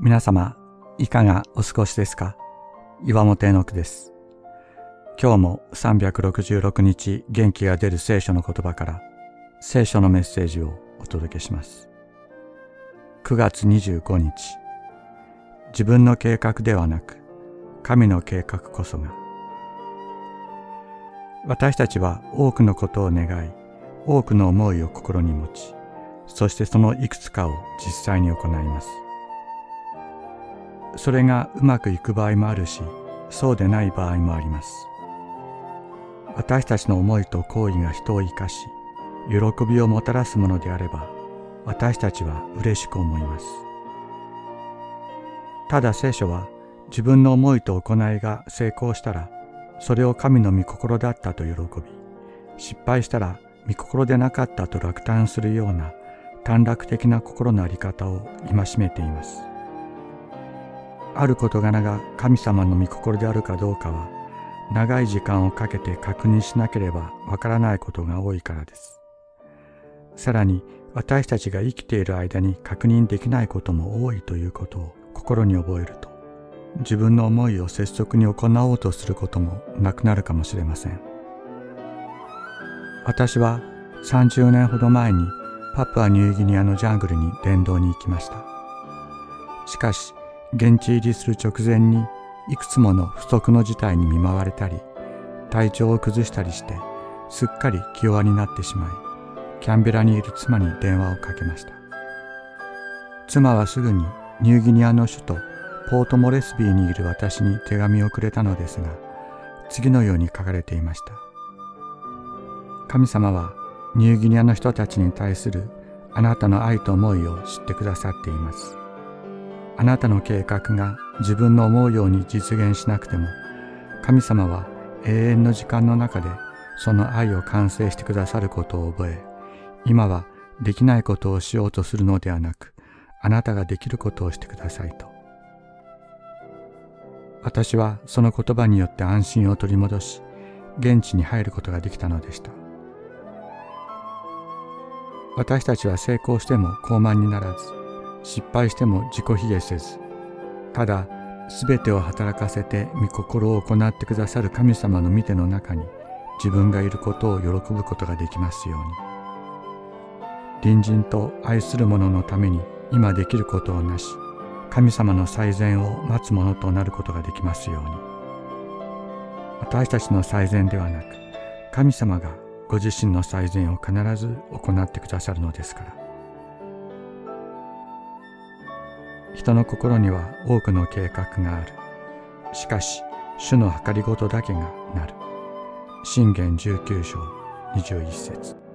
皆様、いかがお過ごしですか？岩本絵の句です。今日も366日元気が出る聖書の言葉から聖書のメッセージをお届けします。9月25日、自分の計画ではなく神の計画こそが。私たちは多くのことを願い、多くの思いを心に持ち、そしてそのいくつかを実際に行います。それがうまくいく場合もあるし、そうでない場合もあります。私たちの思いと行為が人を生かし、喜びをもたらすものであれば、私たちは嬉しく思います。ただ聖書は、自分の思いと行いが成功したら、それを神の御心だったと喜び、失敗したら御心でなかったと落胆するような短絡的な心のあり方を戒めています。ある事柄が神様の御心であるかどうかは、長い時間をかけて確認しなければわからないことが多いからです。さらに私たちが生きている間に確認できないことも多いということを心に覚えると、自分の思いを拙速に行おうとすることもなくなるかもしれません。私は30年ほど前にパプアニューギニアのジャングルに伝道に行きました。しかし、現地入りする直前にいくつもの不測の事態に見舞われたり、体調を崩したりして、すっかり気弱になってしまい、キャンベラにいる妻に電話をかけました。妻はすぐにニューギニアの首都ポートモレスビーにいる私に手紙をくれたのですが、次のように書かれていました。神様はニューギニアの人たちに対するあなたの愛と思いを知ってくださっています。あなたの計画が自分の思うように実現しなくても、神様は永遠の時間の中でその愛を完成してくださることを覚え、今はできないことをしようとするのではなく、あなたができることをしてくださいと。私はその言葉によって安心を取り戻し、現地に入ることができたのでした。私たちは成功しても高慢にならず、失敗しても自己卑下せず、ただすべてを働かせて御心を行ってくださる神様の御手の中に自分がいることを喜ぶことができますように。隣人と愛する者のために今できることをなし、神様の最善を待つ者となることができますように。私たちの最善ではなく、神様がご自身の最善を必ず行ってくださるのですから。人の心には多くの計画がある。しかし、主の計りごとだけがなる。箴言19章21節。